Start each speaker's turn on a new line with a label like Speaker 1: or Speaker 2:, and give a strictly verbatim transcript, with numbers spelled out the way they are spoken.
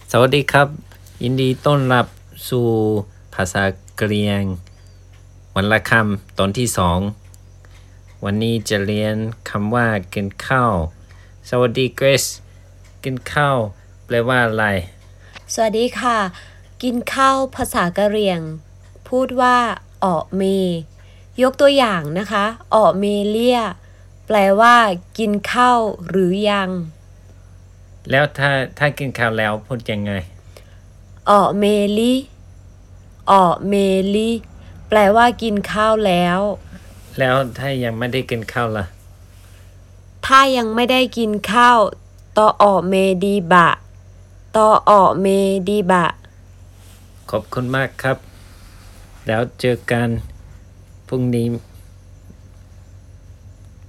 Speaker 1: สวัสดีครับยินดีต้อนรับสู่ภาษากะเหรี่ยงวันละคำตอนที่สองวันนี้จะเรียนคำว่ากินข้าวสวัสดีเกรซกินข้าวแปลว่าอะไร
Speaker 2: สวัสดีค่ะกินข้าวภาษากะเหรี่ยงพูดว่าออเมยกตัวอย่างนะคะออเมเลียแปลว่ากินข้าวหรือยัง
Speaker 1: แล้วถ้าถ้ากินข้าวแล้วพูดยังไง
Speaker 2: ออเมลีออเมลีแปลว่ากินข้าวแล้ว
Speaker 1: แล้วถ้ายังไม่ได้กินข้าวล่ะ
Speaker 2: ถ้ายังไม่ได้กินข้าวตออเมดีบะตออเมดีบะ
Speaker 1: ขอบคุณมากครับแล้วเจอกันพรุ่งนี้